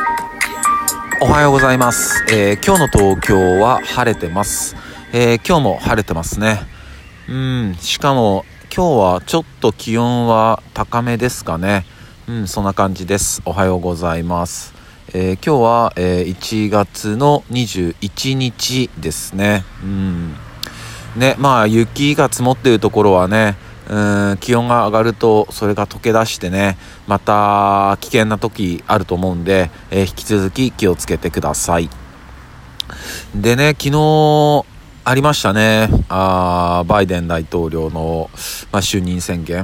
おはようございます。今日の東京は晴れてます。今日も晴れてますね。しかも今日はちょっと気温は高めですかね。そんな感じです。おはようございます。今日は、1月の21日ですね。雪が積もっているところはね、気温が上がるとそれが溶け出してね、また危険な時あると思うんで、引き続き気をつけてください。でね、昨日ありましたね、バイデン大統領の、就任宣言。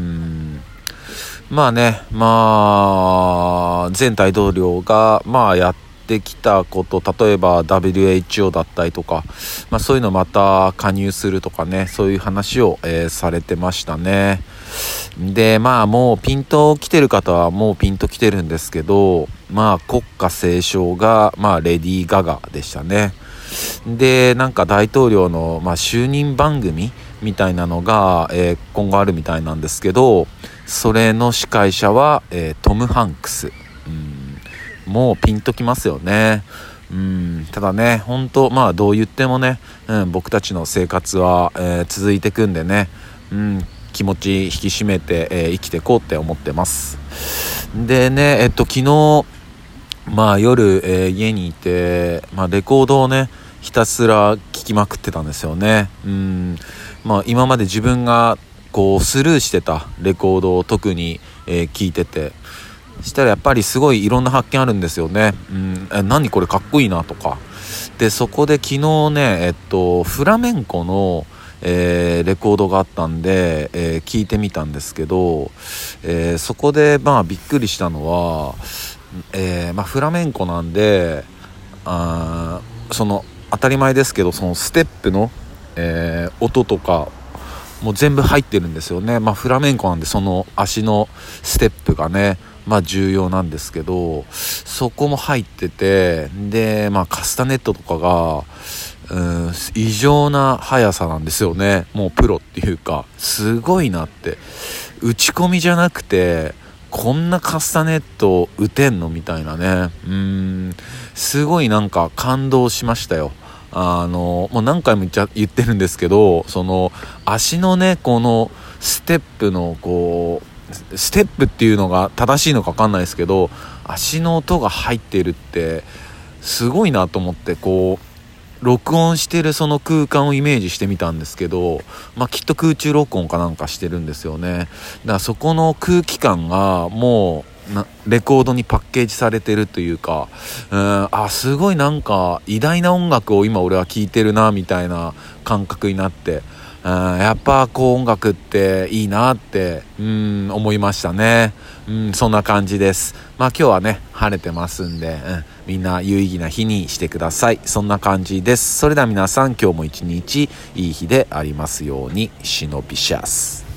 前大統領がやってきたこと、例えば WHO だったりとか、そういうのまた加入するとかね、そういう話を、されてましたね。でもうピンと来てる方はもうピンと来てるんですけど、国歌斉唱がレディー・ガガでしたね。で大統領の、就任番組みたいなのが、今後あるみたいなんですけど、それの司会者は、トム・ハンクス。もうピンときますよね。ただね、本当どう言ってもね、僕たちの生活は、続いていくんでね、気持ち引き締めて、生きていこうって思ってます。でね、昨日夜、家にいて、レコードをねひたすら聴きまくってたんですよね。今まで自分がこうスルーしてたレコードを特に聴いてて、したらやっぱりすごいいろんな発見あるんですよね。何これかっこいいなとかで、そこで昨日ねフラメンコのレコードがあったんで、聞いてみたんですけど、そこでびっくりしたのは、フラメンコなんでその当たり前ですけど、そのステップの、音とかもう全部入ってるんですよね。フラメンコなんでその足のステップがね重要なんですけど、そこも入ってて、でカスタネットとかが異常な速さなんですよね。もうプロっていうかすごいなって、打ち込みじゃなくてこんなカスタネット打てんのみたいなね。すごい感動しましたよ。もう何回も言ってるんですけど、その足のねこのステップのステップっていうのが正しいのか分かんないですけど、足の音が入ってるってすごいなと思って、録音してるその空間をイメージしてみたんですけど、きっと空中録音かなんかしてるんですよね。だからそこの空気感がもうレコードにパッケージされてるというか、すごい偉大な音楽を今俺は聴いてるなみたいな感覚になって、やっぱ音楽っていいなって思いましたね。そんな感じです。今日はね晴れてますんで、みんな有意義な日にしてください。そんな感じです。それでは皆さん、今日も一日いい日でありますように。シノビシャス。